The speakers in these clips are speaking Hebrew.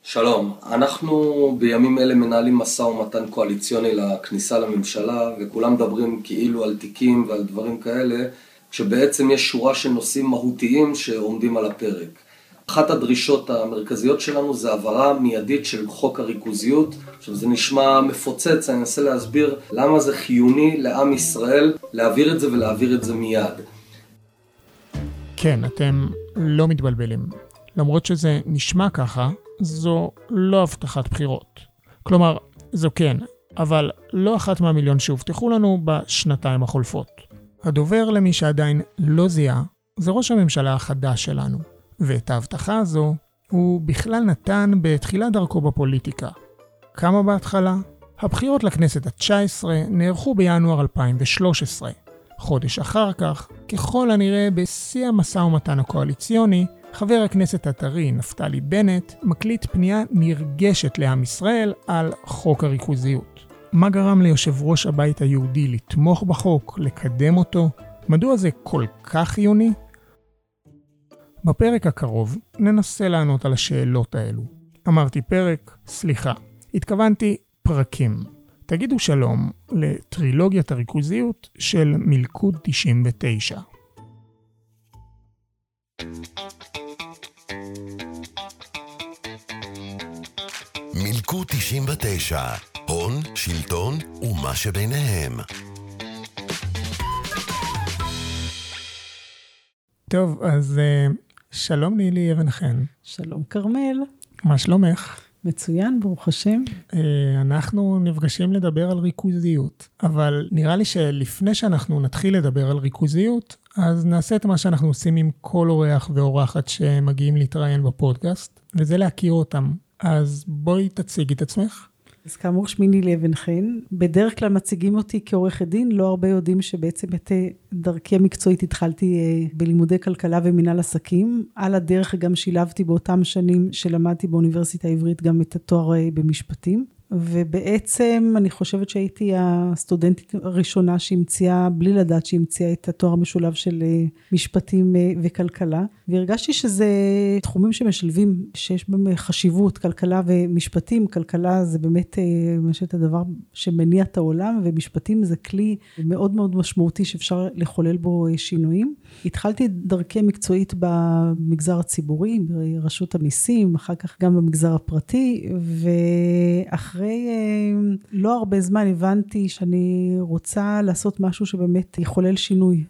שלום, אנחנו בימים אלה מנהלים מסע ומתן קואליציוני לכניסה לממשלה, וכולם מדברים כאילו על תיקים ועל דברים כאלה, כשבעצם יש שורה של נושאים מהותיים שעומדים על הפרק. אחת הדרישות המרכזיות שלנו זה העברה מיידית של חוק הריכוזיות. עכשיו זה נשמע מפוצץ, אני אנסה להסביר למה זה חיוני לעם ישראל להעביר את זה ולהעביר את זה מיד. כן, אתם לא מתבלבלים. למרות שזה נשמע ככה, זו לא הבטחת בחירות. כלומר, זו כן, אבל לא אחת מהמיליון שהובטחו לנו בשנתיים החולפות. הדובר למי שעדיין לא זיהה, זה ראש הממשלה החדש שלנו. ואת ההבטחה הזו הוא בכלל נתן בתחילת דרכו בפוליטיקה. כמה בהתחלה? הבחירות לכנסת ה-19 נערכו בינואר 2013. חודש אחר כך, ככל הנראה בשיא המשא ומתן הקואליציוני, חבר הכנסת הטרי נפתלי בנט מקליט פנייה נרגשת לעם ישראל על חוק הריכוזיות. מה גרם ליושב ראש הבית היהודי לתמוך בחוק, לקדם אותו? מדוע זה כל כך חיוני? בפרק הקרוב ננסה לענות על השאלות האלו. אמרתי פרק, סליחה, התכוונתי פרקים. תגידו שלום לטרילוגיית הריכוזיות של מלכוד 99. מלכוד 99, הון, שלטון ומה שביניהם. טוב, אז שלום נילי אבן חן. שלום כרמל. מה שלומך? מצוין, ברוך השם. אנחנו נפגשים לדבר על ריכוזיות, אבל נראה לי שלפני שאנחנו נתחיל לדבר על ריכוזיות, אז נעשה את מה שאנחנו עושים עם כל אורח ואורחת שמגיעים להתראיין בפודקאסט, וזה להכיר אותם. אז בואי תציגי את עצמך. אז כאמור שמי נילי אבן חן, בדרך כלל מציגים אותי כעורכת דין, לא הרבה יודעים שבעצם את דרכי המקצועית התחלתי בלימודי כלכלה ומנהל עסקים, על הדרך גם שילבתי באותם שנים שלמדתי באוניברסיטה העברית גם את התואר במשפטים, ובעצם אני חושבת שהייתי הסטודנטית הראשונה שהמציאה, בלי לדעת שהמציאה את התואר המשולב של משפטים וכלכלה, והרגשתי שזה תחומים שמשלבים, שיש בהם חשיבות, כלכלה ומשפטים. כלכלה זה באמת את הדבר שמניע את העולם, ומשפטים זה כלי מאוד מאוד משמעותי שאפשר לחולל בו שינויים. התחלתי דרכי מקצועית במגזר הציבורי, ברשות המיסים, אחר כך גם במגזר הפרטי, ואחרי לא הרבה זמן הבנתי שאני רוצה לעשות משהו שבאמת יחולל שינוי,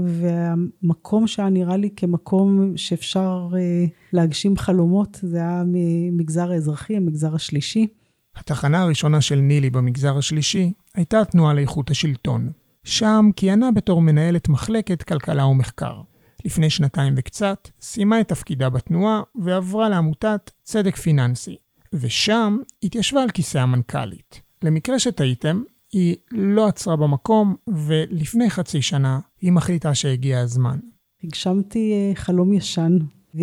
והמקום שהיה נראה לי כמקום שאפשר להגשים חלומות, זה היה מגזר האזרחי, המגזר השלישי. התחנה הראשונה של נילי במגזר השלישי הייתה התנועה לאיכות השלטון. שם כיהנה בתור מנהלת מחלקת כלכלה ומחקר. לפני שנתיים וקצת סיימה את תפקידה בתנועה ועברה לעמותת צדק פיננסי. ושם התיישבה על כיסא המנכ"לית. למקרה שטעיתם, היא לא עצרה במקום, ולפני חצי שנה היא מחליטה שהגיע הזמן. הגשמתי חלום ישן,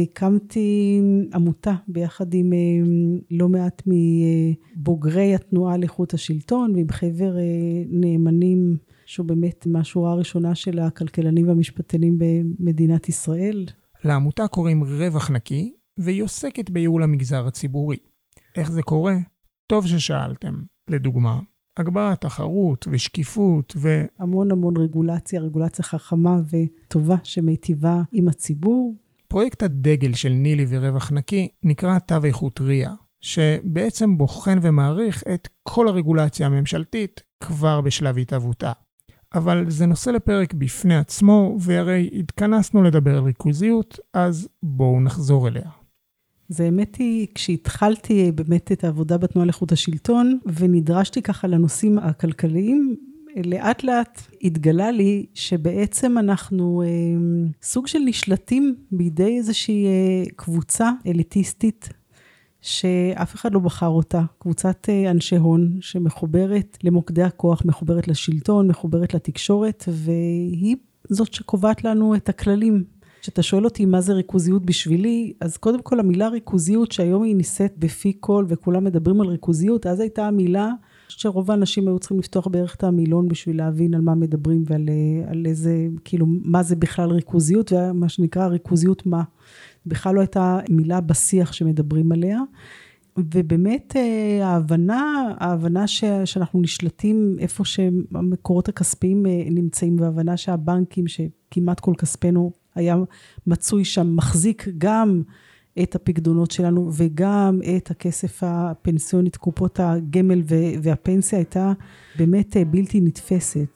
והקמתי עמותה ביחד עם לא מעט מבוגרי התנועה לאיכות השלטון, ועם חבר נאמנים, שהוא באמת מהשורה הראשונה של הכלכלנים והמשפטנים במדינת ישראל. לעמותה קוראים רווח נקי, והיא עוסקת בייעול המגזר הציבורי. איך זה קורה? טוב ששאלתם. לדוגמה, הגברת תחרות ושקיפות המון רגולציה חכמה וטובה שמיטיבה עם הציבור. פרויקט הדגל של נילי ורווח נקי נקרא תו איכות RIA, שבעצם בוחן ומעריך את כל הרגולציה הממשלתית כבר בשלב התהוותה. אבל זה נושא לפרק בפני עצמו, והרי התכנסנו לדבר על ריכוזיות, אז בואו נחזור אליה. זה האמת היא, כשהתחלתי באמת את העבודה בתנועה לאיכות השלטון, ונדרשתי ככה לנושאים הכלכליים, לאט לאט התגלה לי שבעצם אנחנו סוג של נשלטים בידי איזושהי קבוצה אליטיסטית, שאף אחד לא בחר אותה, קבוצת אנשי הון שמחוברת למוקדי הכוח, מחוברת לשלטון, מחוברת לתקשורת, והיא זאת שקובעת לנו את הכללים. כשאתה שואל אותי מה זה ריכוזיות בשבילי, אז קודם כל המילה ריכוזיות שהיום היא ניסית בפי כל וכולם מדברים על ריכוזיות, אז הייתה המילה שרוב האנשים היו צריכים לפתוח בערך את המילון בשביל להבין על מה מדברים ועל איזה, כאילו מה זה בכלל ריכוזיות, ומה שנקרא ריכוזיות מה. בכלל לא הייתה מילה בשיח שמדברים עליה. ובאמת ההבנה שאנחנו נשלטים איפה שהמקורות הכספיים נמצאים, וההבנה שהבנקים שכמעט כל כספנו היה מצוי שם, מחזיק גם את הפקדונות שלנו וגם את הכסף הפנסיוני, קופות הגמל והפנסיה, הייתה באמת בלתי נתפסת.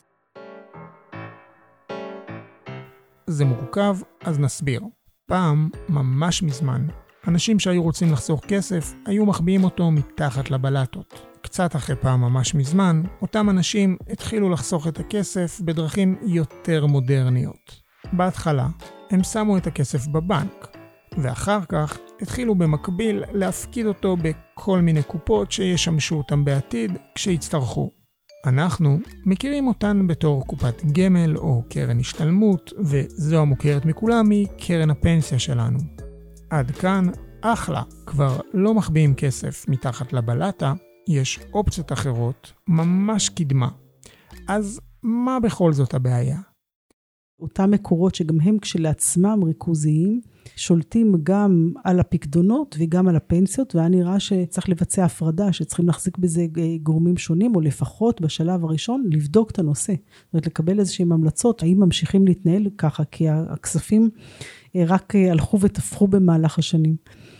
זה מורכב, אז נסביר. פעם, ממש מזמן, אנשים שהיו רוצים לחסוך כסף, היו מחביאים אותו מתחת לבלטות. קצת אחרי פעם ממש מזמן, אותם אנשים התחילו לחסוך את הכסף בדרכים יותר מודרניות. בהתחלה, הם שמו את הכסף בבנק, ואחר כך התחילו במקביל להפקיד אותו בכל מיני קופות שישמשו אותם בעתיד כשיצטרכו. אנחנו מכירים אותן בתור קופת גמל או קרן השתלמות, וזו המוכרת מכולם היא קרן הפנסיה שלנו. עד כאן, אחלה, כבר לא מחביאים כסף מתחת לבלטה, יש אופציות אחרות, ממש קדמה. אז מה בכל זאת הבעיה? אותם מקורות שגם הם כשלעצמם ריכוזיים, שולטים גם על הפקדונות וגם על הפנסיות, והיה נראה שצריך לבצע הפרדה, שצריכים להחזיק בזה גורמים שונים, או לפחות בשלב הראשון, לבדוק את הנושא. זאת אומרת, לקבל איזושהי המלצות, האם ממשיכים להתנהל ככה, כי הכספים רק הלכו ותפחו במהלך השנים.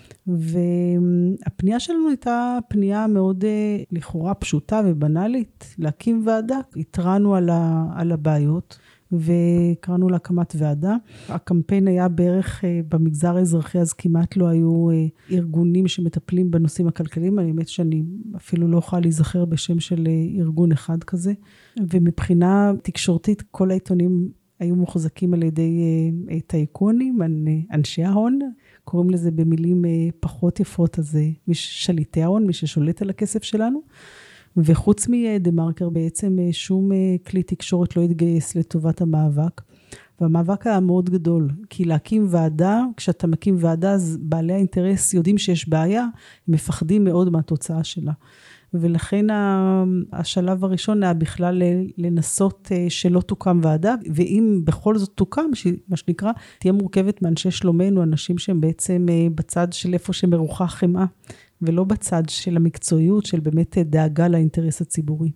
והפנייה שלנו הייתה פנייה מאוד לכאורה פשוטה ובנאלית, להקים ועדה, התרענו על הבעיות, וקראנו להקמת ועדה. הקמפיין היה בערך במגזר האזרחי, אז כמעט לא היו ארגונים שמטפלים בנושאים הכלכליים, אני באמת שאני אפילו לא יכולה להיזכר בשם של ארגון אחד כזה, ומבחינה תקשורתית כל העיתונים היו מוחזקים על ידי טייקונים, אנשי ההון, קוראים לזה במילים פחות יפות, אז מי ששליטי ההון, מי ששולט על הכסף שלנו, וחוץ מדמרקר בעצם שום כלי תקשורת לא התגייס לטובת המאבק, והמאבק היה מאוד גדול, כי להקים ועדה, כשאתה מקים ועדה, אז בעלי האינטרס יודעים שיש בעיה, הם מפחדים מאוד מהתוצאה שלה. ולכן השלב הראשון היה בכלל לנסות שלא תוקם ועדה, ואם בכל זאת תוקם, מה שנקרא, תהיה מורכבת מאנשי שלומנו, אנשים שהם בעצם בצד של איפה שמרוחה חמאה, ולא בצד של המקצועיות, של באמת דאגה לאינטרס הציבורי.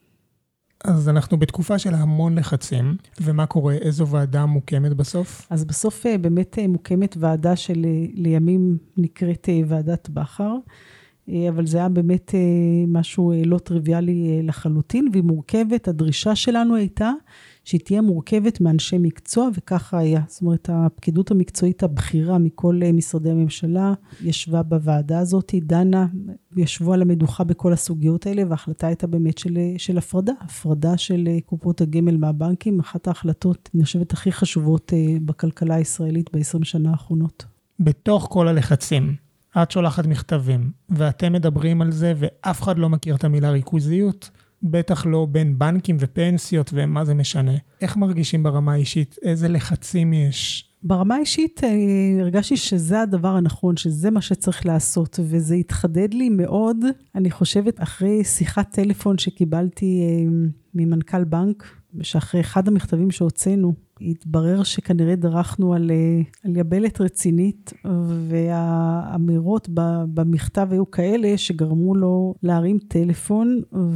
אז אנחנו בתקופה של המון לחצים, ומה קורה? איזו ועדה מוקמת בסוף? אז בסוף באמת מוקמת ועדה של לימים נקראת ועדת בכר, אבל זה היה באמת משהו לא טריוויאלי לחלוטין, והיא מורכבת, הדרישה שלנו הייתה שהיא תהיה מורכבת מאנשי מקצוע, וככה היה. זאת אומרת, הפקידות המקצועית הבכירה מכל משרדי הממשלה, ישבה בוועדה הזאת, דנה, ישבו על המדוכה בכל הסוגיות האלה, וההחלטה הייתה באמת של הפרדה של קופות הגמל מהבנקים, אחת ההחלטות, אני חושבת, הכי חשובות בכלכלה הישראלית ב-20 שנה האחרונות. בתוך כל הלחצים, את שולחת מכתבים, ואתם מדברים על זה, ואף אחד לא מכיר את המילה ריכוזיות, בטח לא בין בנקים ופנסיות, ומה זה משנה. איך מרגישים ברמה האישית? איזה לחצים יש? ברמה האישית הרגשתי שזה הדבר הנכון, שזה מה שצריך לעשות, וזה התחדד לי מאוד, אני חושבת, אחרי שיחת טלפון שקיבלתי ממנכ"ל בנק, שאחרי אחד המכתבים שהוצאנו, התברר שכנראה דרכנו על יבלת רצינית, והאמירות במכתב היו כאלה שגרמו לו להרים טלפון,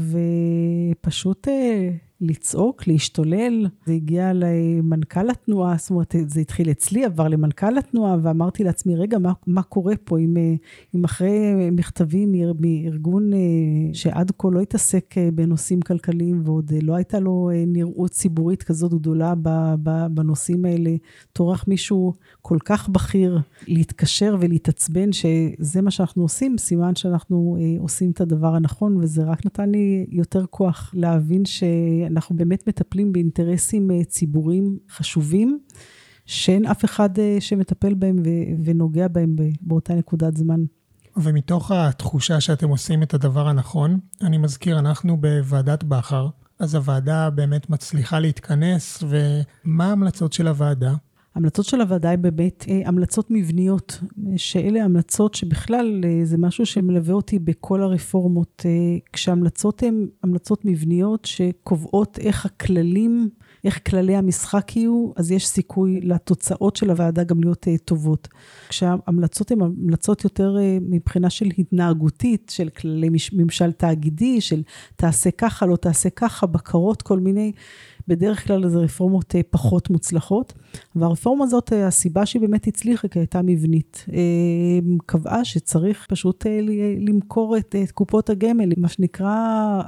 ופשוט לצעוק, להשתולל. זה הגיע למנכ"ל התנועה, זאת אומרת, זה התחיל אצלי, עבר למנכ"ל התנועה, ואמרתי לעצמי, רגע, מה קורה פה אם אחרי מכתבים מארגון שעד כה לא התעסק בנושאים כלכליים, ועוד לא הייתה לו נראות ציבורית כזאת גדולה בנושאים האלה, תורך מישהו כל כך בכיר להתקשר ולהתעצבן שזה מה שאנחנו עושים, סימן שאנחנו עושים את הדבר הנכון, וזה רק נתן לי יותר כוח להבין שאנחנו באמת מטפלים באינטרסים ציבוריים חשובים, שאין אף אחד שמטפל בהם ונוגע בהם באותה נקודת זמן. ומתוך התחושה שאתם עושים את הדבר הנכון, אני מזכיר, אנחנו בוועדת בכר, אז הוועדה באמת מצליחה להתכנס, ומה ההמלצות של הוועדה? ההמלצות של הוועדה הן באמת המלצות מבניות, שאלה המלצות שבכלל זה משהו שמלווה אותי בכל הרפורמות, כשההמלצות הן המלצות מבניות שקובעות איך כללי המשחק יהיו, אז יש סיכוי לתוצאות של הוועדה גם להיות טובות. כשההמלצות הן המלצות יותר מבחינה של התנהגותית, של כללי ממשל תאגידי, של תעשה ככה, לא תעשה ככה, בקרות, כל מיני, בדרך כלל זה רפורמות פחות מוצלחות, והרפורמה הזאת, הסיבה שהיא באמת הצליחה, כי הייתה מבנית, קבעה שצריך פשוט למכור את קופות הגמל, מה שנקרא,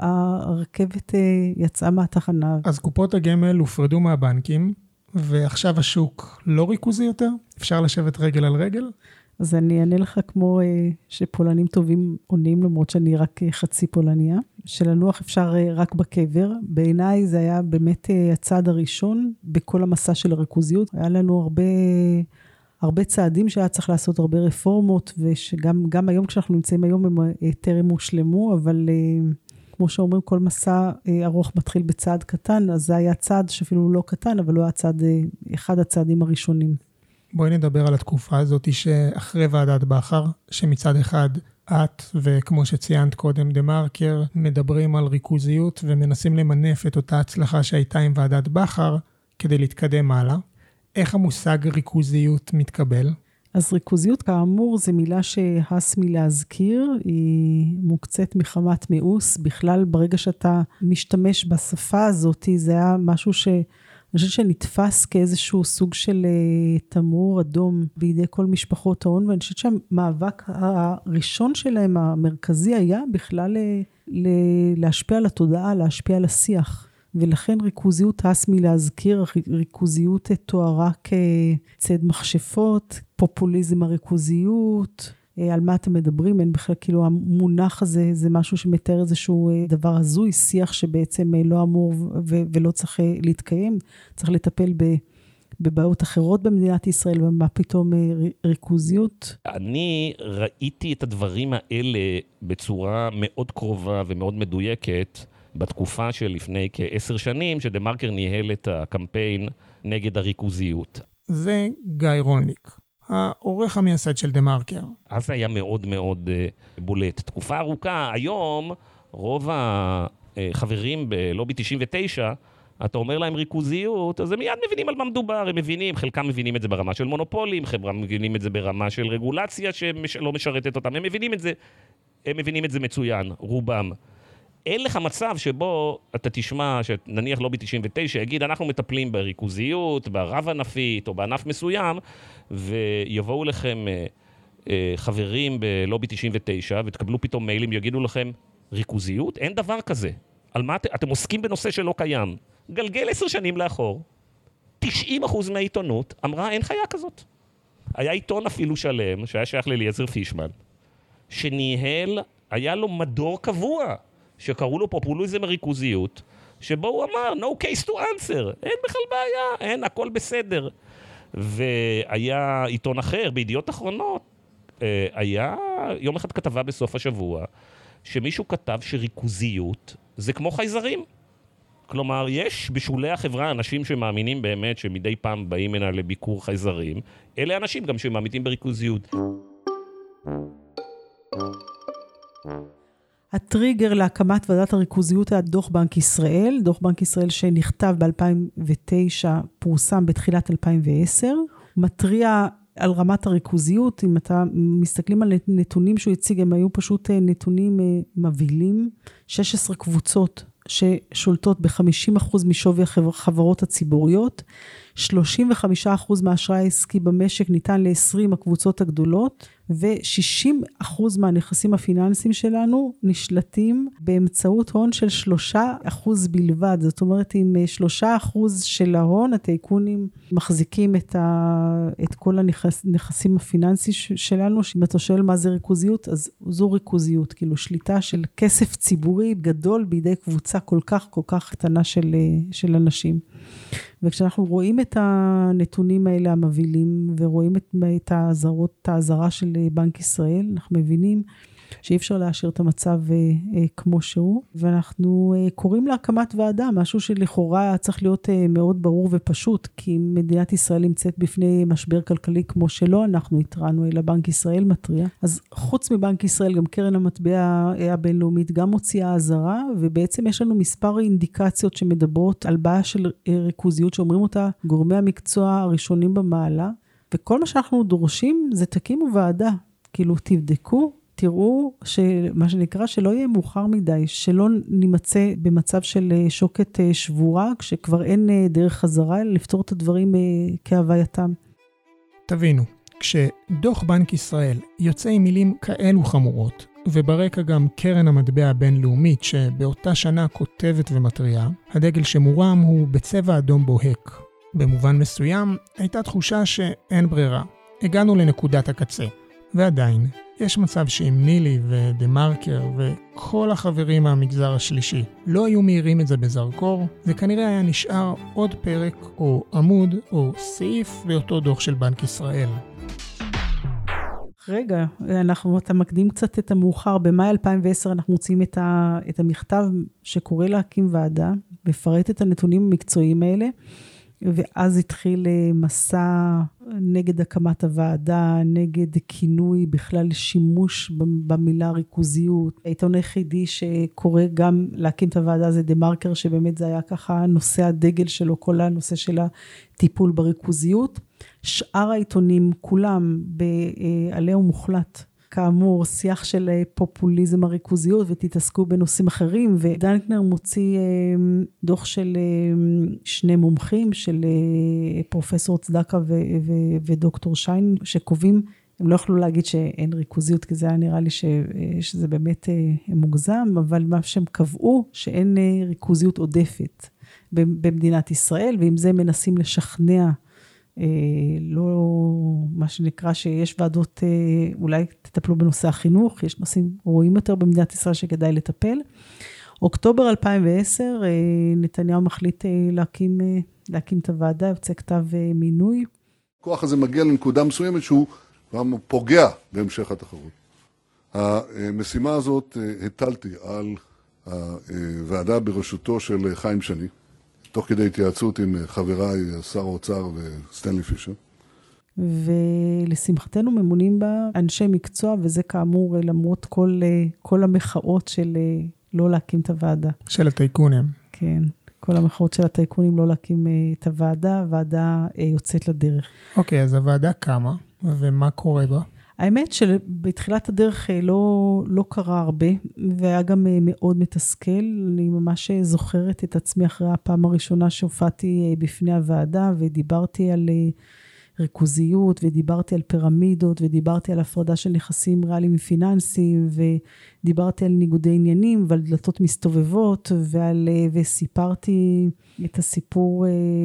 הרכבת יצאה מהתחנה. אז קופות הגמל הופרדו מהבנקים, ועכשיו השוק לא ריכוזי יותר? אפשר לשבת רגל על רגל? אז אני אענה לך כמו שפולנים טובים עונים, למרות שאני רק חצי פולניה, שלנוח אפשר רק בקבר. בעיניי זה היה באמת הצעד הראשון בכל המסע של הריכוזיות. היה לנו הרבה צעדים שהיה צריך לעשות, הרבה רפורמות, ושגם היום כשאנחנו נמצאים היום הם טרם הושלמו, אבל כמו שאומרים, כל מסע ארוך מתחיל בצעד קטן, אז זה היה צעד שאפילו לא קטן, אבל לא היה אחד הצעדים הראשונים. בואי נדבר על התקופה הזאת שאחרי ועדת בכר, שמצד אחד את וכמו שציינת קודם דה מרקר, מדברים על ריכוזיות ומנסים למנף את אותה הצלחה שהייתה עם ועדת בכר כדי להתקדם הלאה. איך המושג ריכוזיות מתקבל? אז ריכוזיות כאמור זה מילה שהס מלהזכיר, היא מוקצת מחמת מאוס, בכלל ברגע שאתה משתמש בשפה הזאת, זה היה משהו אני חושבת שנתפס כאיזשהו סוג של תמרור אדום בידי כל משפחות ההון, ואני חושבת שהמאבק הראשון שלהם, המרכזי, היה בכלל להשפיע על התודעה, להשפיע על השיח. ולכן ריכוזיות הס מלהזכיר, ריכוזיות תוארה כצד מכשפות, פופוליזם הריכוזיות, על מה אתם מדברים, אין בכלל כאילו המונח הזה, זה משהו שמתאר איזשהו דבר הזוי, שיח שבעצם לא אמור ולא צריך להתקיים, צריך לטפל בבעיות אחרות במדינת ישראל, ומה פתאום ריכוזיות. אני ראיתי את הדברים האלה בצורה מאוד קרובה ומאוד מדויקת, בתקופה של לפני כ10 שנים, שדה מרקר ניהל את הקמפיין נגד הריכוזיות. זה גיא רולניק, העורך המייסד של דה מרקר. אז זה היה מאוד מאוד בולט. תקופה ארוכה, היום רוב החברים בלובי 99, אתה אומר להם ריכוזיות, אז הם מיד מבינים על מה מדובר, הם מבינים, חלקם מבינים את זה ברמה של מונופולים, חלקם מבינים את זה ברמה של רגולציה שלא משרתת אותם, הם מבינים את זה מצוין, רובם. אין לך מצב שבו אתה תשמע, שנניח לובי 99 יגיד, אנחנו מטפלים בריכוזיות, ברב ענפית או בענף מסוים, ויבואו לכם חברים בלובי 99, ותקבלו פתאום מיילים, יגידו לכם, ריכוזיות? אין דבר כזה. על מה אתם עוסקים בנושא שלא קיים? גלגל 10 שנים לאחור, 90% מהעיתונות אמרה, אין חיה כזאת. היה עיתון אפילו שלם, שהיה שייך לאליעזר פישמן, שניהל, היה לו מדור קבוע, שקראו לו פופוליזם הריכוזיות, שבו הוא אמר, no case to answer, אין בכלל בעיה, אין, הכל בסדר. והיה עיתון אחר, בידיעות אחרונות, היה יום אחד כתבה בסוף השבוע, שמישהו כתב שריכוזיות זה כמו חייזרים. כלומר, יש בשולי החברה אנשים שמאמינים באמת שמדי פעם באים הנה לביקור חייזרים, אלה אנשים גם שמאמינים בריכוזיות. הטריגר להקמת ועדת הריכוזיות היה דוח בנק ישראל, דוח בנק ישראל שנכתב ב-2009, פורסם בתחילת 2010, מטריע על רמת הריכוזיות, אם אתה מסתכלים על נתונים שהוא הציג, הם היו פשוט נתונים מבהילים, 16 קבוצות ששולטות ב-50% משווי החברות הציבוריות, 35% מהאשראי העסקי במשק ניתן ל-20 הקבוצות הגדולות, ו-60% מהנכסים הפיננסיים שלנו נשלטים באמצעות הון של 3% בלבד. זאת אומרת, עם 3% של ההון, הטייקונים מחזיקים את כל הנכסים הפיננסיים שלנו, שאם אתה שואל מה זה ריכוזיות, אז זו ריכוזיות, כאילו שליטה של כסף ציבורי גדול בידי קבוצה כל כך קטנה של אנשים. וכשאנחנו רואים את הנתונים האלה המבהילים, ורואים את האזהרה של בנק ישראל, אנחנו מבינים שאי אפשר להשאיר את המצב כמו שהוא, ואנחנו קוראים להקמת ועדה, משהו שלכאורה צריך להיות מאוד ברור ופשוט, כי מדינת ישראל נמצאת בפני משבר כלכלי כמו שלא אנחנו התרענו, אלא בנק ישראל מטריע. אז חוץ מבנק ישראל, גם קרן המטבע הבינלאומית גם מוציאה אזהרה, ובעצם יש לנו מספר אינדיקציות שמדברות על בעיה של ריכוזיות, שאומרים אותה גורמי המקצוע הראשונים במעלה, וכל מה שאנחנו דורשים זה תקימו ועדה, כאילו תבדקו, תראו מה שנקרא שלא יהיה מאוחר מדי, שלא נימצא במצב של שוקת שבורה, כשכבר אין דרך חזרה, אלא לפתור את הדברים כהווייתם. תבינו, כשדוח בנק ישראל יוצא עם מילים כאלו חמורות, וברקע גם קרן המטבע הבינלאומית שבאותה שנה כותבת ומטריעה, הדגל שמורם הוא בצבע אדום בוהק. במובן מסוים הייתה תחושה שאין ברירה. הגענו לנקודת הקצה, ועדיין יש מצב שאם נילי ודה-מרקר וכל החברים מהמגזר השלישי לא היו מהירים את זה בזרקור, זה כנראה היה נשאר עוד פרק או עמוד או סעיף באותו דוח של בנק ישראל. רגע, אתה מקדים קצת את המאוחר. במאי 2010 אנחנו מוצאים את המכתב שקורא להקים ועדה, מפרט את הנתונים המקצועיים האלה, ואז התחיל מסע נגד הקמת הוועדה, נגד כינוי, בכלל שימוש במילה ריכוזיות. העיתון היחידי שקורא גם להקים את הוועדה זה דה-מרקר, שבאמת זה היה ככה נושא הדגל שלו, כל הנושא של הטיפול בריכוזיות. שאר העיתונים כולם בעליהם מוחלט. כאמור, שיח של פופוליזם הריכוזיות, ותתעסקו בנושאים אחרים, ודנקנר מוציא דוח של שני מומחים, של פרופסור צדקה ודוקטור שיין, שקובעים, הם לא יכלו להגיד שאין ריכוזיות, כי זה היה נראה לי שזה באמת מוגזם, אבל מה שהם קבעו, שאין ריכוזיות עודפת במדינת ישראל, ועם זה מנסים לשכנע, לא מה שנקרא שיש ועדות, אולי תטפלו בנושא החינוך, יש נושאים רואים יותר במדינת ישראל שכדאי לטפל. אוקטובר 2010, נתניהו מחליט להקים את הוועדה, יוצא כתב מינוי. הכוח הזה מגיע לנקודה מסוימת שהוא פוגע בהמשך התחרות. המשימה הזאת הטלתי על הוועדה בראשותו של חיים שני, תוך כדי התייעצות עם חבריי, שר האוצר וסטנלי פישר. ולשמחתנו ממונים בה אנשי מקצוע, וזה כאמור למרות כל המחאות של לא להקים את הוועדה. של הטייקונים. כן, כל המחאות של הטייקונים לא להקים את הוועדה, הוועדה יוצאת לדרך. אוקיי, אז הוועדה קמה, ומה קורה בה? האמת שבתחילת הדרך לא קרה הרבה, והיה גם מאוד מתסכל. אני ממש זוכרת את עצמי אחרי הפעם הראשונה שהופעתי בפני הוועדה, ודיברתי על ריכוזיות, ודיברתי על פירמידות, ודיברתי על הפרדה של נכסים ריאליים ופיננסיים, ודיברתי על ניגודי עניינים, ועל דלתות מסתובבות, וסיפרתי את הסיפור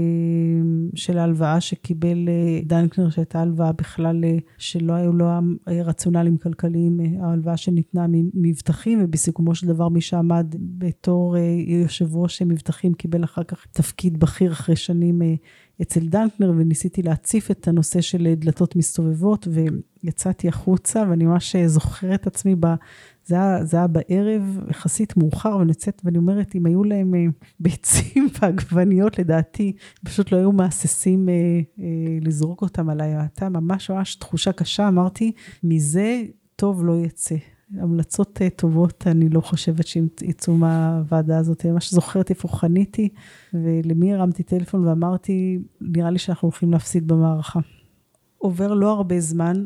של ההלוואה שקיבל דנקנר, שהייתה הלוואה בכלל שלא היו לו רציונלים כלכליים, ההלוואה שניתנה ממבטחים, ובסיכומו של דבר מי שעמד בתור יושב ראש מבטחים, קיבל אחר כך תפקיד בכיר אחרי שנים אצל דנקנר, וניסיתי להציף את הנושא של דלתות מסתובבות, ויצאתי החוצה, ואני ממש זוכרת עצמי, זה היה בערב, יחסית מאוחר, ואני אומרת, אם היו להם ביצים ועגבניות, לדעתי, פשוט לא היו מהססים לזרוק אותם עליי, הייתה ממש תחושה קשה, אמרתי, מזה טוב לא יצא. המלצות טובות, אני לא חושבת שיצאו מהוועדה הזאת. אני ממש זוכרת איפה חניתי, ולמי הרמתי טלפון ואמרתי, נראה לי שאנחנו הולכים להפסיד במערכה. עובר לא הרבה זמן,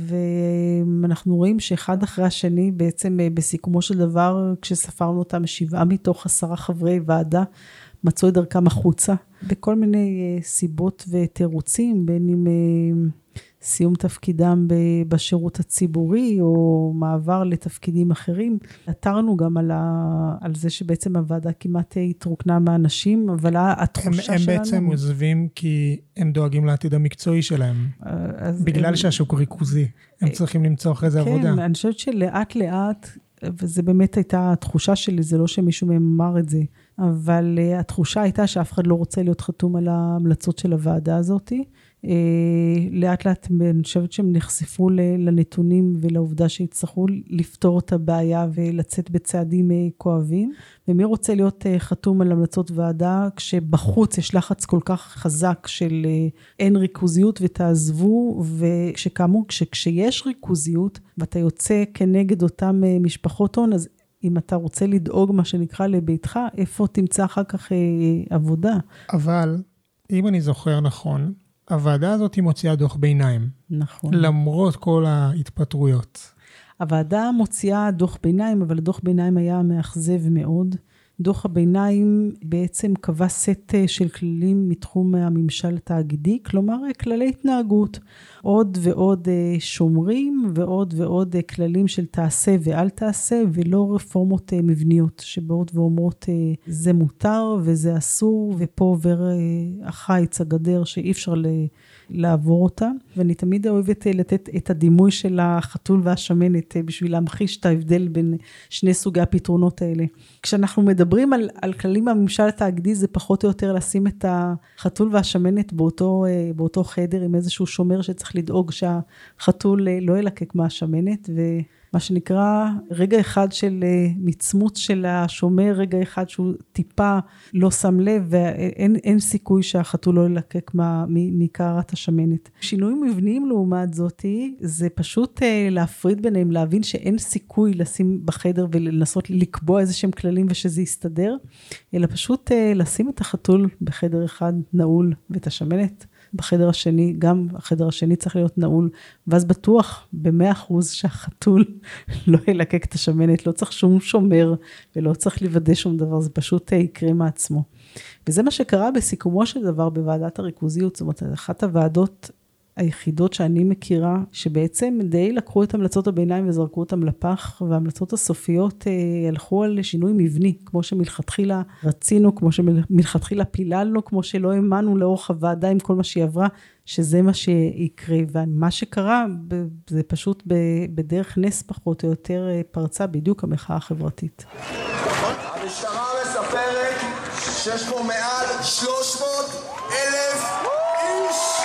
ואנחנו רואים שאחד אחרי השני, בעצם בסיכומו של דבר, כשספרנו אותם 7 מתוך 10 חברי ועדה, מצאו את דרכם החוצה, בכל מיני סיבות ותירוצים, בין אם סיום תפקידם בשירות הציבורי, או מעבר לתפקידים אחרים. עתרנו גם על זה שבעצם הוועדה כמעט התרוקנה מהאנשים, אבל התחושה שלנו... הם בעצם עוזבים כי הם דואגים לעתיד המקצועי שלהם, בגלל שהשוק ריכוזי. הם צריכים למצוא אחרי זה עבודה. כן, אני חושבת שלאט לאט, וזה באמת הייתה התחושה שלי, זה לא שמישהו מהם אמר את זה, אבל התחושה הייתה שאף אחד לא רוצה להיות חתום על ההמלצות של הוועדה הזאת. לאט לאט אני חושבת שהם נחשפו לנתונים ולעובדה שהצטרכו לפתור את הבעיה ולצאת בצעדים כואבים. ומי רוצה להיות חתום על המלצות ועדה כשבחוץ יש לחץ כל כך חזק של אין ריכוזיות ותעזבו, וכשכאמור כשיש ריכוזיות ואתה יוצא כנגד אותם משפחות הון, אז אם אתה רוצה לדאוג מה שנקרא לביתך, איפה תמצא אחר כך עבודה? אבל אם אני זוכר נכון, הוועדה הזאת מוציאה דוח ביניים. נכון. למרות כל ההתפטרויות. הוועדה מוציאה דוח ביניים, אבל הדוח ביניים היה מאכזב מאוד. דוח הביניים בעצם קבע סט של כללים מתחום הממשל התאגידי, כלומר כללי התנהגות, עוד ועוד שומרים ועוד ועוד כללים של תעשה ואל תעשה, ולא רפורמות מבניות שבאות ואומרות זה מותר וזה אסור, ופה עובר החיץ הגדר שאי אפשר לעבור אותה. ואני תמיד אוהבת לתת את הדימוי של החתול והשמנת בשביל להמחיש את ההבדל בין שני סוגי הפתרונות האלה. כשאנחנו מדברים על כללים הממשל התאגידי, זה פחות או יותר לשים את החתול והשמנת באותו חדר עם איזשהו שומר שצריך לדאוג שהחתול לא ילקק מהשמנת, ומה שנקרא רגע אחד של מצמוץ של השומר, רגע אחד שהוא טיפה לא שם לב, ואין סיכוי שהחתול לא ילקק מקערת השמנת. שינויים מבניים לעומת זאת, זה פשוט להפריד ביניהם, להבין שאין סיכוי לשים בחדר ולנסות לקבוע איזה שהם כללים ושזה יסתדר, אלא פשוט לשים את החתול בחדר אחד נעול ואת השמנת בחדר השני, גם החדר השני צריך להיות נעול, ואז בטוח ב100% שהחתול לא ילקק את השמנת, לא צריך שום שומר, ולא צריך לוודא שום דבר, זה פשוט יקרה מעצמו. וזה מה שקרה בסיכומו של דבר בוועדת הריכוזיות, זאת אומרת, אחת הוועדות היחידות שאני מכירה, שבעצם די לקחו את המלצות הביניים וזרקו אותם לפח, וההמלצות הסופיות הלכו על שינוי מבני, כמו שמלכתחילה רצינו, כמו שמלכתחילה פיללנו, כמו שלא האמנו לאורך הוועדה עם כל מה שהיא עברה, שזה מה שיקרה. ומה שקרה, זה פשוט בדרך נס פחות או יותר פרצה בדיוק המחאה החברתית. המשטרה מספרת שיש פה מעל 300,000 איש.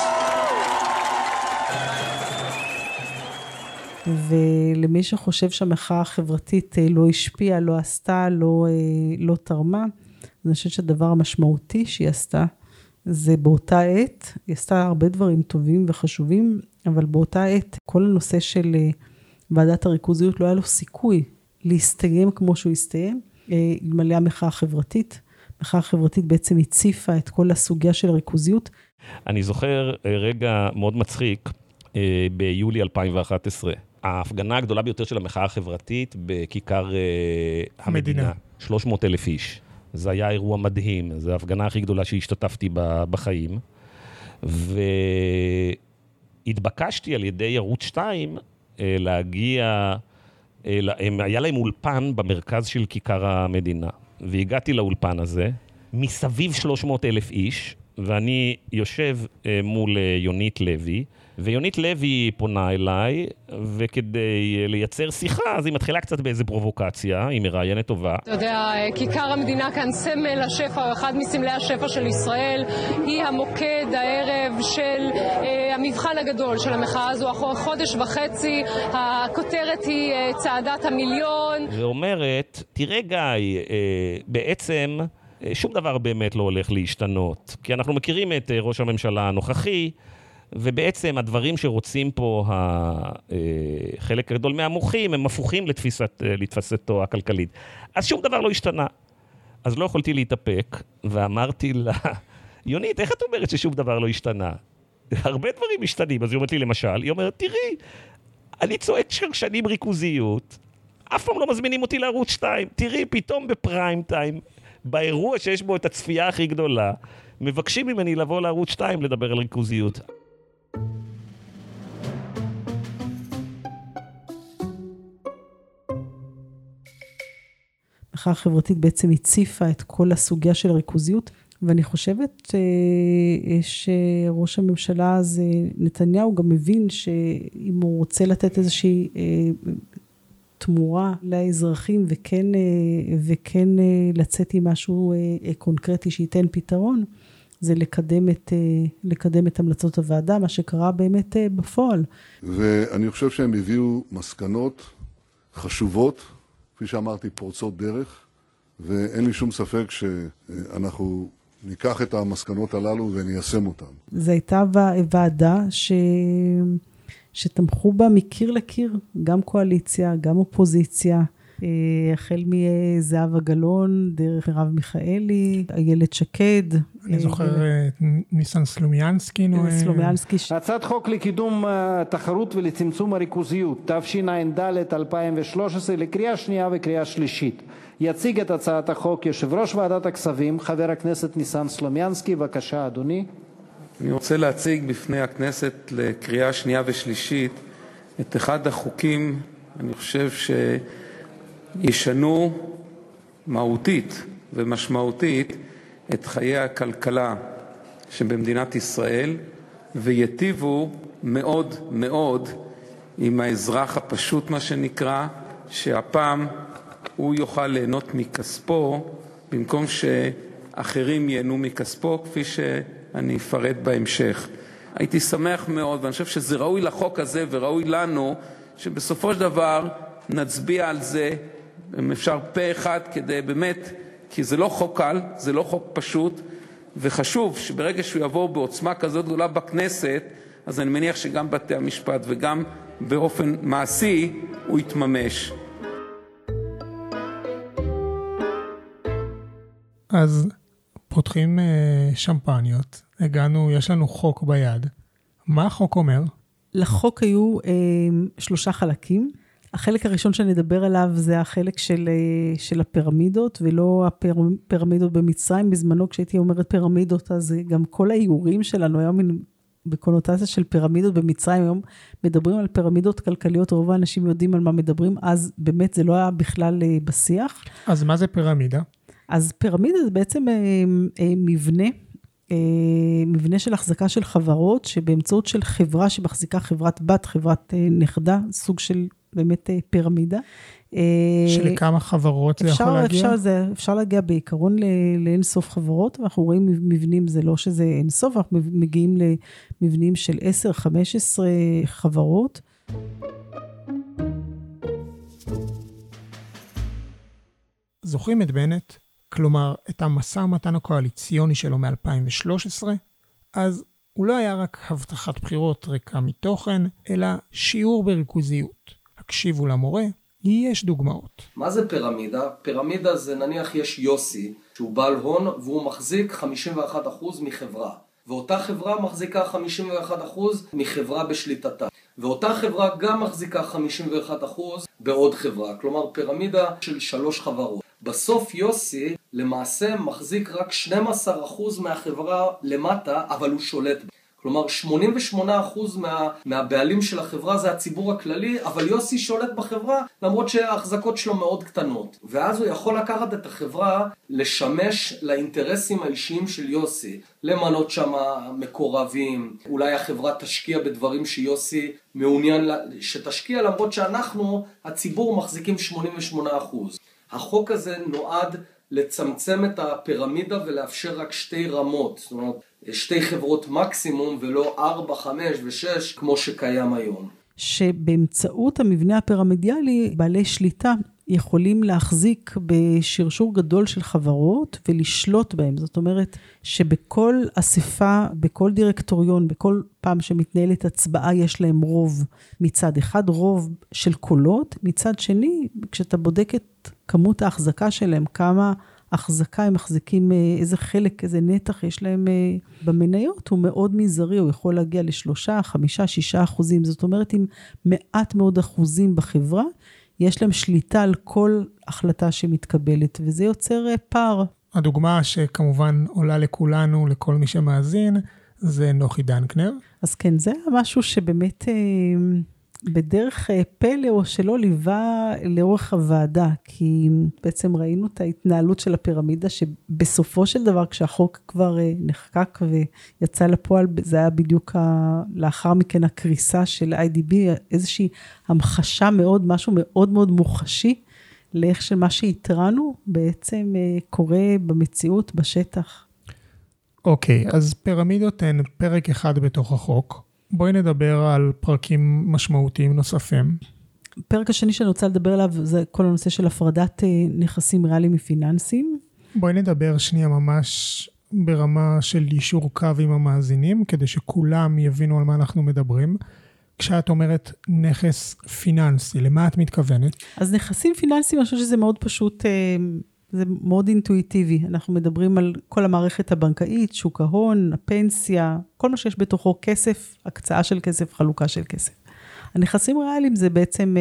ולמי שחושב שהמחאה החברתית לא השפיעה, לא עשתה, לא תרמה, אני חושבת שהדבר המשמעותי שהיא עשתה, זה באותה עת, היא עשתה הרבה דברים טובים וחשובים, אבל באותה עת, כל הנושא של ועדת הריכוזיות לא היה לו סיכוי להסתיים כמו שהוא הסתיים, אלמלא המחאה החברתית. המחאה החברתית בעצם הציפה את כל הסוגיה של הריכוזיות. אני זוכר רגע מאוד מצחיק, ביולי 2011, ההפגנה הגדולה ביותר של המחאה החברתית בכיכר המדינה. 300,000 איש. זה היה אירוע מדהים, זו ההפגנה הכי גדולה שהשתתפתי בחיים. והתבקשתי על ידי ערוץ 2 להגיע, היה להם אולפן במרכז של כיכר המדינה. והגעתי לאולפן הזה, מסביב 300,000 איש, ואני יושב מול יונית לוי, ויונית לוי פונה אליי, וכדי לייצר שיחה, אז היא מתחילה קצת באיזה פרובוקציה, היא מראיינת טובה. אתה יודע, כיכר המדינה כאן סמל השפע, או אחד מסמלי השפע של ישראל, היא המוקד הערב של המבחן הגדול של המחאה הזו, אחרי חודש וחצי, הכותרת היא צעדת המיליון. ואומרת, תראה גיא, בעצם שום דבר באמת לא הולך להשתנות, כי אנחנו מכירים את ראש הממשלה הנוכחי, ובעצם הדברים שרוצים פה חלק גדול מהמוחים, הם הפוכים לתפיסתו הכלכלית. אז שום דבר לא השתנה. אז לא יכולתי להתאפק, ואמרתי לה, יונית, איך את אומרת ששום דבר לא השתנה? הרבה דברים משתנים. אז היא אומרת לי למשל, היא אומרת, תראי, אני צועק שנים ריכוזיות, אף פעם לא מזמינים אותי לערוץ 2, תראי, פתאום בפריים טיים, באירוע שיש בו את הצפייה הכי גדולה, מבקשים ממני לבוא לערוץ 2 לדבר על ריכוזיות. המחאה החברתית בעצם הציפה את כל הסוגיה של הריכוזיות, ואני חושבת שראש הממשלה הזה, נתניהו, גם מבין שאם הוא רוצה לתת איזושהי תמורה לאזרחים וכן לצאת עם משהו קונקרטי שייתן פתרון, זה לקדם את המלצות הוועדה, מה שקרה באמת בפועל. ואני חושב שהם הביאו מסקנות חשובות, כפי שאמרתי, פורצות דרך, ואין לי שום ספק שאנחנו ניקח את המסקנות הללו וניישם אותן. זו הייתה ועדה שתמכו בה מקיר לקיר, גם קואליציה, גם אופוזיציה, החל מזהבה גלאון, דרך מרב מיכאלי, איילת שקד. אני זוכר ניסן סלומיאנסקי. הצעת חוק לקידום תחרות ולצמצום הריכוזיות, תשע"ד 2013, לקריאה שנייה וקריאה שלישית. יציג את הצעת החוק יושב ראש ועדת הכספים, חבר הכנסת ניסן סלומיאנסקי. בבקשה, אדוני. אני רוצה להציג בפני הכנסת לקריאה שנייה ושלישית את אחד החוקים, אני חושב שישנו מהותית ומשמעותית את חיי הכלכלה שבמדינת ישראל, ויטיבו מאוד מאוד עם האזרח הפשוט, מה שנקרא, שהפעם הוא יוכל ליהנות מכספו, במקום שאחרים ייהנו מכספו, כפי שאני אפרט בהמשך. הייתי שמח מאוד, ואני חושב שזה ראוי לחוק הזה וראוי לנו, שבסופו של דבר נצביע על זה, אם אפשר פה אחד, כדי באמת, כי זה לא חוק קל, זה לא חוק פשוט, וחשוב שברגע שהוא יבוא בעוצמה כזאת גדולה בכנסת, אז אני מניח שגם בתי המשפט וגם באופן מעשי הוא יתממש. אז פותחים שמפניות, יש לנו חוק ביד. מה החוק אומר? לחוק היו 3 חלקים. החלק הראשון שנדבר עליו זה החלק של הפירמידות, ולא הפירמידות במצרים. בזמנו כשהייתי אומרת פירמידות, אז גם כל האיורים שלנו היום בקונוטציה של פירמידות במצרים, היום מדברים על פירמידות כלכליות, רוב האנשים יודעים על מה מדברים, אז באמת זה לא היה בכלל בשיח. אז מה זה פירמידה? אז פירמידה זה בעצם מבנה של החזקה של חברות, שבאמצעות של חברה שמחזיקה חברת בת, חברת נכדה, סוג של באמת פירמידה. שלכמה חברות זה יכול להגיע? אפשר להגיע בעיקרון לאין סוף חברות, ואנחנו רואים מבנים, זה לא שזה אין סוף, אנחנו מגיעים למבנים של 10-15 חברות. זוכרים את בנט? כלומר, את המשא ומתן הקואליציוני שלו מ-2013, אז הוא לא היה רק הבטחת בחירות ריקה מתוכן, אלא שיעור בריכוזיות. הקשיבו למורה, יש דוגמאות. מה זה פירמידה? פירמידה זה נניח יש יוסי, שהוא בעל הון, והוא מחזיק 51% מחברה. ואותה חברה מחזיקה 51% מחברה בשליטתה. ואותה חברה גם מחזיקה 51% בעוד חברה. כלומר, פירמידה של 3 חברות. בסוף יוסי למעשה מחזיק רק 12% מהחברה למטה, אבל הוא שולט בה. כלומר, 88% מהבעלים של החברה זה הציבור הכללי, אבל יוסי שולט בחברה, למרות שההחזקות שלו מאוד קטנות. ואז הוא יכול לקחת את החברה, לשמש לאינטרסים האישיים של יוסי, למנות שם מקורבים, אולי החברה תשקיע בדברים שיוסי מעוניין שתשקיע, למרות שאנחנו, הציבור, מחזיקים 88%. החוק הזה נועד לצמצם את הפירמידה ולאפשר רק 2 רמות, זאת אומרת, 2 חברות מקסימום ולא 4, 5 ו6 כמו שקיים היום. שבאמצעות המבנה הפירמידיאלי, בעלי שליטה יכולים להחזיק בשרשור גדול של חברות ולשלוט בהם. זאת אומרת שבכל אספה, בכל דירקטוריון, בכל פעם שמתנהלת הצבעה יש להם רוב מצד אחד, רוב של קולות, מצד שני, כשאתה בודק את כמות ההחזקה שלהם, כמה החזקה הם מחזיקים, איזה חלק, איזה נתח יש להם במניות, הוא מאוד מזערי, הוא יכול להגיע ל3, 5, 6%. זאת אומרת, עם מעט מאוד אחוזים בחברה, יש להם שליטה על כל החלטה שמתקבלת, וזה יוצר פער. הדוגמה שכמובן עולה לכולנו, לכל מי שמאזין, זה נוחי דנקנר. אז כן, זה משהו שבאמת בדרך פלא או שלא ליווה לאורך הוועדה, כי בעצם ראינו את ההתנהלות של הפירמידה, שבסופו של דבר כשהחוק כבר נחקק ויצא לפועל, זה היה בדיוק לאחר מכן הקריסה של IDB, איזושהי המחשה מאוד, משהו מאוד מאוד מוחשי, לאיך שמה שהתרענו בעצם קורה במציאות, בשטח. אוקיי, אז פירמידות הן פרק אחד בתוך החוק. בואי נדבר על פרקים משמעותיים נוספים. הפרק השני שאני רוצה לדבר עליו, זה כל הנושא של הפרדת נכסים ריאליים מפיננסיים. בואי נדבר שנייה ממש ברמה של יישור קו עם המאזינים, כדי שכולם יבינו על מה אנחנו מדברים. כשאת אומרת נכס פיננסי, למה את מתכוונת? אז נכסים פיננסיים, אני חושבת שזה מאוד פשוט, זה מאוד אינטואיטיבי. אנחנו מדברים על כל המערכת הבנקאית, שוק ההון, הפנסיה, כל מה שיש בתוכו כסף, הקצאה של כסף, חלוקה של כסף. הנכסים ריאליים זה בעצם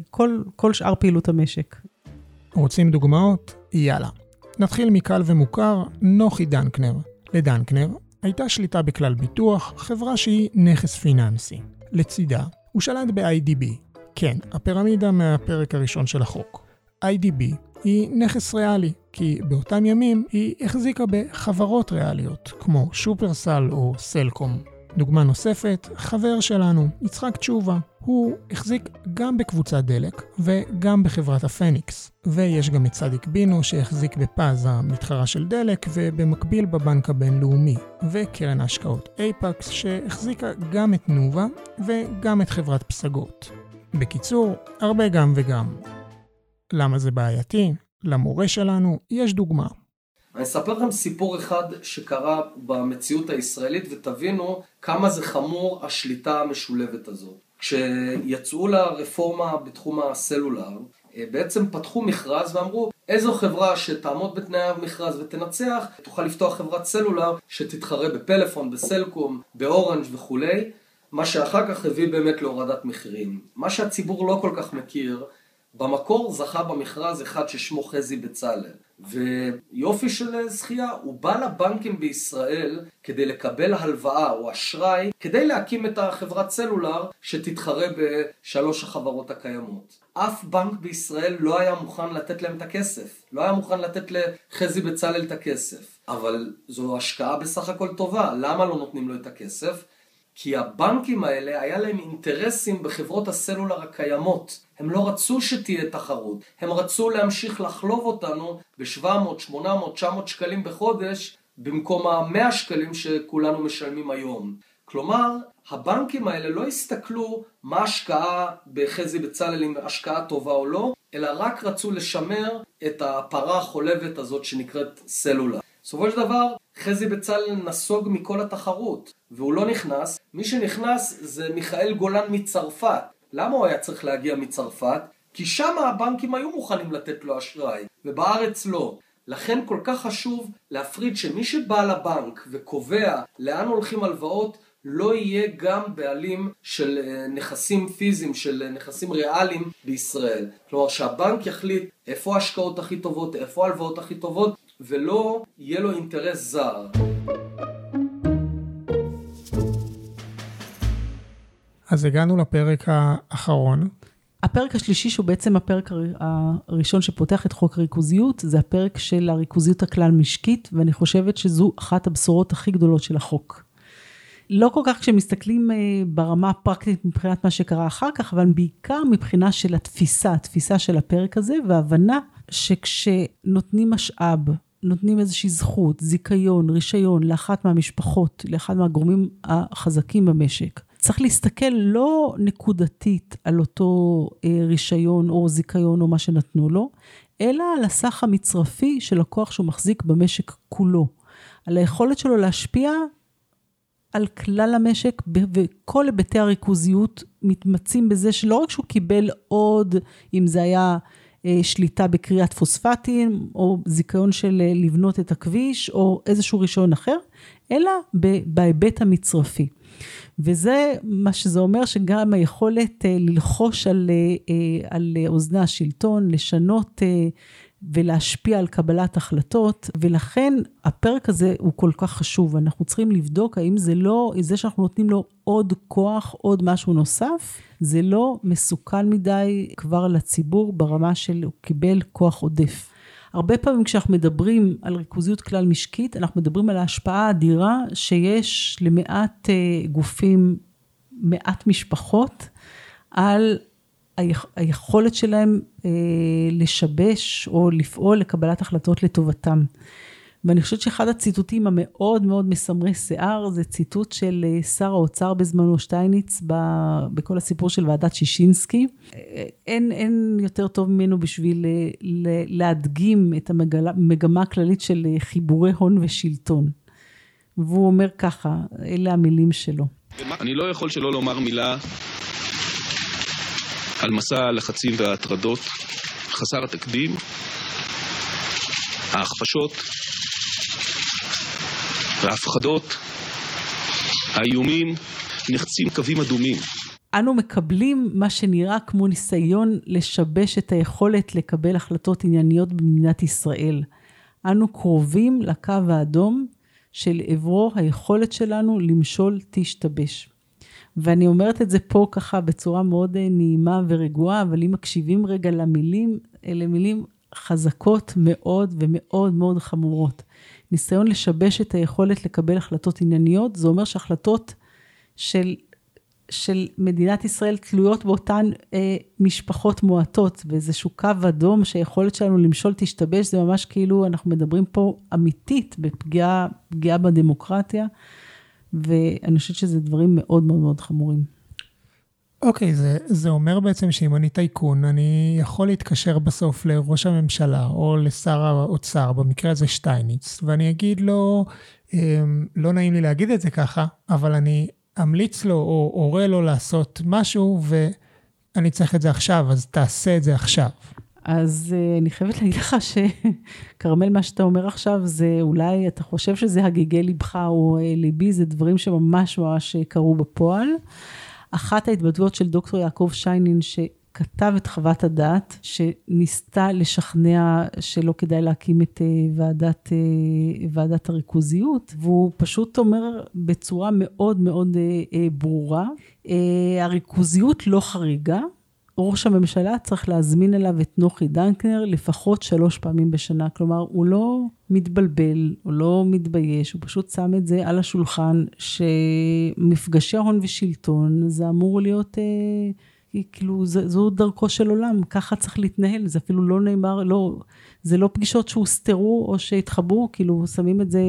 כל שאר פעילות המשק. רוצים דוגמאות? יאללה. נתחיל מקל ומוכר, נוחי דנקנר. לדנקנר הייתה שליטה בכלל ביטוח, חברה שהיא נכס פיננסי. לצידה, הוא שלט ב-IDB. כן, הפירמידה מהפרק הראשון של החוק. IDB היא נכס ריאלי, כי באותם ימים היא החזיקה בחברות ריאליות, כמו שופרסל או סלקום. דוגמה נוספת, חבר שלנו, יצחק תשובה, הוא החזיק גם בקבוצת דלק וגם בחברת הפניקס. ויש גם את צדיק בינו שהחזיק בפז המתחרה של דלק ובמקביל בבנק הבינלאומי. וקרן ההשקעות אייפקס שהחזיקה גם את נובה וגם את חברת פסגות. בקיצור, הרבה גם וגם. למה זה בעייתי? למורה שלנו יש דוגמה. אני אספר לכם סיפור אחד שקרה במציאות הישראלית ותבינו כמה זה חמור השליטה המשולבת הזאת. כשיצאו לרפורמה בתחום הסלולר, בעצם פתחו מכרז ואמרו איזו חברה שתעמוד בתנאי המכרז ותנצח, תוכל לפתוח חברת סלולר שתתחרה בפלאפון, בסלקום, באורנג' וכו'. מה שאחר כך הביא באמת להורדת מחירים. מה שהציבור לא כל כך מכיר, במקור זכה במכרז אחד ששמו חזי בצלאל. ויופי של זכייה, הוא בא לבנקים בישראל כדי לקבל הלוואה או אשראי, כדי להקים את החברת סלולר שתתחרה בשלוש החברות הקיימות. אף בנק בישראל לא היה מוכן לתת להם את הכסף, לא היה מוכן לתת לחזי בצלאל את הכסף. אבל זו השקעה בסך הכל טובה, למה לא נותנים לו את הכסף? כי הבנקים האלה היה להם אינטרסים בחברות הסלולר הקיימות. הם לא רצו שתהיה תחרות. הם רצו להמשיך לחלוב אותנו ב-700, 800, 900 שקלים בחודש, במקום ה-100 שקלים שכולנו משלמים היום. כלומר, הבנקים האלה לא הסתכלו מה השקעה בחזי בצלאל, אם השקעה טובה או לא, אלא רק רצו לשמר את הפרה החולבת הזאת שנקראת סלולר. בסופו של דבר, חזי בצלאל נסוג מכל התחרות, והוא לא נכנס. מי שנכנס זה מיכאל גולן מצרפת. למה הוא היה צריך להגיע מצרפת? כי שם הבנקים היו מוכנים לתת לו אשראי, ובארץ לא. לכן כל כך חשוב להפריד שמי שבא לבנק וקובע לאן הולכים הלוואות, לא יהיה גם בעלים של נכסים פיזיים, של נכסים ריאליים בישראל. כלומר שהבנק יחליט איפה ההשקעות הכי טובות, איפה ההלוואות הכי טובות, ולא יהיה לו אינטרס זר. אז הגענו לפרק האחרון. הפרק השלישי, שהוא בעצם הפרק הראשון שפותח את חוק הריכוזיות, זה הפרק של הריכוזיות הכלל משקית, ואני חושבת שזו אחת הבשורות הכי גדולות של החוק. לא כל כך כשמסתכלים ברמה הפרקטית מבחינת מה שקרה אחר כך, אבל בעיקר מבחינה של התפיסה של הפרק הזה, וההבנה שכשנותנים משאב, נותנים איזושהי זכות, זיכיון, רישיון, לאחת מהמשפחות, לאחד מהגורמים החזקים במשק. צריך להסתכל לא נקודתית על אותו רישיון או זיכיון או מה שנתנו לו, אלא על הסך המצרפי של הכוח שהוא מחזיק במשק כולו. על היכולת שלו להשפיע על כלל המשק, וכל היבטי הריכוזיות מתמצים בזה שלא רק שהוא קיבל עוד, אם זה היה שליטה בקריאת פוספטים, או זיכיון של לבנות את הכביש, או איזשהו רישיון אחר, אלא בהיבט המצרפי. וזה מה שזה אומר, שגם היכולת ללחוש על אוזני השלטון, לשנות ולהשפיע על קבלת החלטות, ולכן הפרק הזה הוא כל כך חשוב, אנחנו צריכים לבדוק האם זה לא, זה שאנחנו נותנים לו עוד כוח, עוד משהו נוסף, זה לא מסוכן מדי כבר לציבור ברמה של הוא קיבל כוח עודף. הרבה פעמים כשאנחנו מדברים על ריכוזיות כלל משקית, אנחנו מדברים על ההשפעה האדירה שיש למעט גופים, מעט משפחות, על היכולת שלהם לשבש או לפעול לקבלת החלטות לטובתם. ואני חושבת שאחד הציטוטים המאוד מאוד מסמרי שיער, זה ציטוט של שר האוצר בזמנו שטייניץ, בכל הסיפור של ועדת שישינסקי. אין יותר טוב ממנו בשביל להדגים את המגמה הכללית של חיבורי הון ושלטון. והוא אומר ככה, אלה המילים שלו. אני לא יכול שלא לומר מילה על מסע הלחצים וההטרדות, חסר התקדים, ההכפשות וההפחדות, האיומים, נחצים קווים אדומים. אנו מקבלים מה שנראה כמו ניסיון לשבש את היכולת לקבל החלטות ענייניות במדינת ישראל. אנו קרובים לקו האדום של עברו היכולת שלנו למשול תשתבש. ואני אומרת את זה פה ככה בצורה מאוד נעימה ורגועה, אבל אם מקשיבים רגע למילים, אלה מילים חזקות מאוד ומאוד מאוד חמורות. ניסיון לשבש את היכולת לקבל החלטות ענייניות, זה אומר שהחלטות של מדינת ישראל תלויות באותן משפחות מועטות, ואיזשהו קו אדום שהיכולת שלנו למשול תשתבש, זה ממש כאילו אנחנו מדברים פה אמיתית בפגיעה בדמוקרטיה, ואני חושבת שזה דברים מאוד מאוד מאוד חמורים. אוקיי, זה אומר בעצם שאם אני טייקון, אני יכול להתקשר בסוף לראש הממשלה, או לשר האוצר, במקרה הזה שטייניץ, ואני אגיד לו, לא נעים לי להגיד את זה ככה, אבל אני אמליץ לו, או אורה לו לעשות משהו, ואני צריך את זה עכשיו, אז תעשה את זה עכשיו. אז אני חייבת להגיד לך שקרמל, מה שאתה אומר עכשיו, זה אולי, אתה חושב שזה הגיגי לבך או ליבי, זה דברים שממש ממש קרו בפועל. אחת ההתבטאויות של דוקטור יעקב שיינין, שכתב את חוות הדעת, שניסתה לשכנע שלא כדאי להקים את ועדת הריכוזיות, והוא פשוט אומר בצורה מאוד מאוד ברורה, הריכוזיות לא חריגה, ראש הממשלה צריך להזמין אליו את נוחי דנקנר לפחות 3 פעמים בשנה, כלומר הוא לא מתבלבל, הוא לא מתבייש, הוא פשוט שם את זה על השולחן, שמפגשי הון ושלטון, זה אמור להיות, כאילו זו דרכו של עולם, ככה צריך להתנהל, זה אפילו לא נאמר, לא, זה לא פגישות שהוסתרו או שהתחברו, כאילו שמים את זה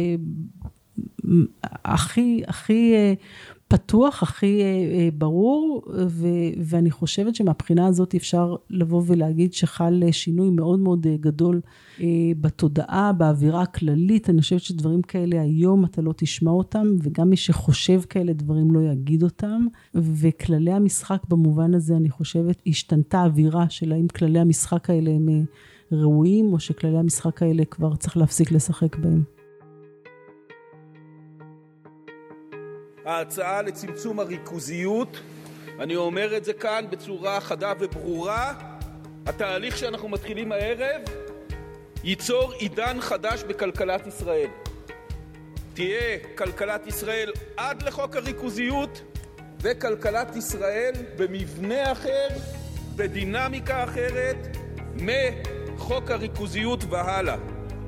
הכי פתוח, הכי ברור, ואני חושבת שמהבחינה הזאת אפשר לבוא ולהגיד שחל שינוי מאוד מאוד גדול בתודעה, באווירה הכללית. אני חושבת שדברים כאלה היום אתה לא תשמע אותם, וגם מי שחושב כאלה דברים לא יגיד אותם, וכללי המשחק במובן הזה אני חושבת השתנתה האווירה של האם כללי המשחק האלה הם ראויים, או שכללי המשחק האלה כבר צריך להפסיק לשחק בהם. ההצעה לצמצום הריכוזיות, אני אומר את זה כאן בצורה חדה וברורה, התהליך שאנחנו מתחילים הערב ייצור עידן חדש בכלכלת ישראל. תהיה כלכלת ישראל עד לחוק הריכוזיות, וכלכלת ישראל במבנה אחר, בדינמיקה אחרת, מחוק הריכוזיות והלאה.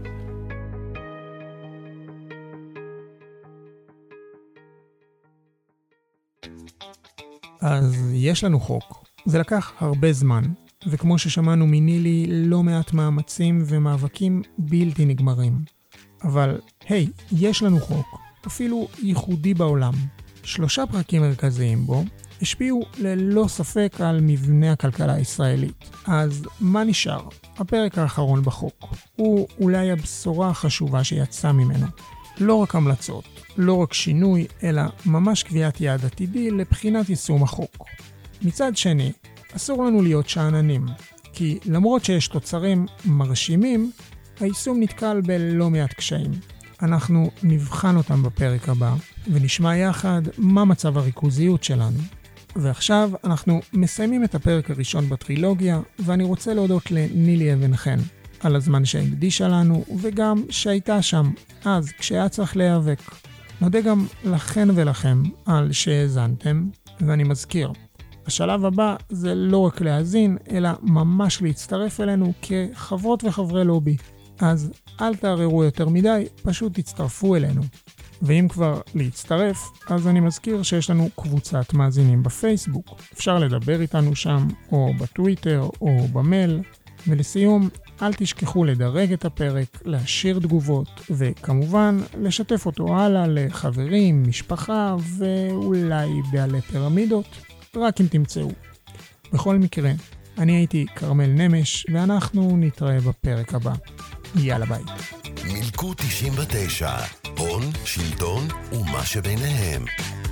אז יש לנו חוק. זה לקח הרבה זמן, וכמו ששמענו מנילי, לא מעט מאמצים ומאבקים בלתי נגמרים. אבל, היי, יש לנו חוק, אפילו ייחודי בעולם. 3 פרקים מרכזיים בו השפיעו ללא ספק על מבנה הכלכלה הישראלית. אז מה נשאר? הפרק האחרון בחוק. הוא אולי הבשורה החשובה שיצאה ממנו. לא רק המלצות, לא רק שינוי, אלא ממש קביעת יעד עתידי לבחינת יישום החוק. מצד שני, אסור לנו להיות שעננים, כי למרות שיש תוצרים מרשימים, היישום נתקל בלא מעט קשיים. אנחנו נבחן אותם בפרק הבא, ונשמע יחד מה מצב הריכוזיות שלנו. ועכשיו אנחנו מסיימים את הפרק הראשון בטרילוגיה, ואני רוצה להודות לנילי אבן חן. על הזמן שהקדישה לנו, וגם שהייתה שם, אז כשהיה צריך להיאבק. נודה גם לכן ולכם על שהאזנתם, ואני מזכיר, השלב הבא זה לא רק להאזין, אלא ממש להצטרף אלינו כחברות וחברי לובי. אז אל תערערו יותר מדי, פשוט תצטרפו אלינו. ואם כבר להצטרף, אז אני מזכיר שיש לנו קבוצת מאזינים בפייסבוק. אפשר לדבר איתנו שם, או בטוויטר, או במייל. ולסיום, אל תשכחו לדרג את הפרק, להשאיר תגובות, וכמובן, לשתף אותו הלאה לחברים, משפחה, ואולי בעלי פירמידות, רק אם תמצאו. בכל מקרה, אני הייתי קרמל נמש, ואנחנו נתראה בפרק הבא. יאללה ביי. מילקוט 99, הון, שלטון ומה שביניהם.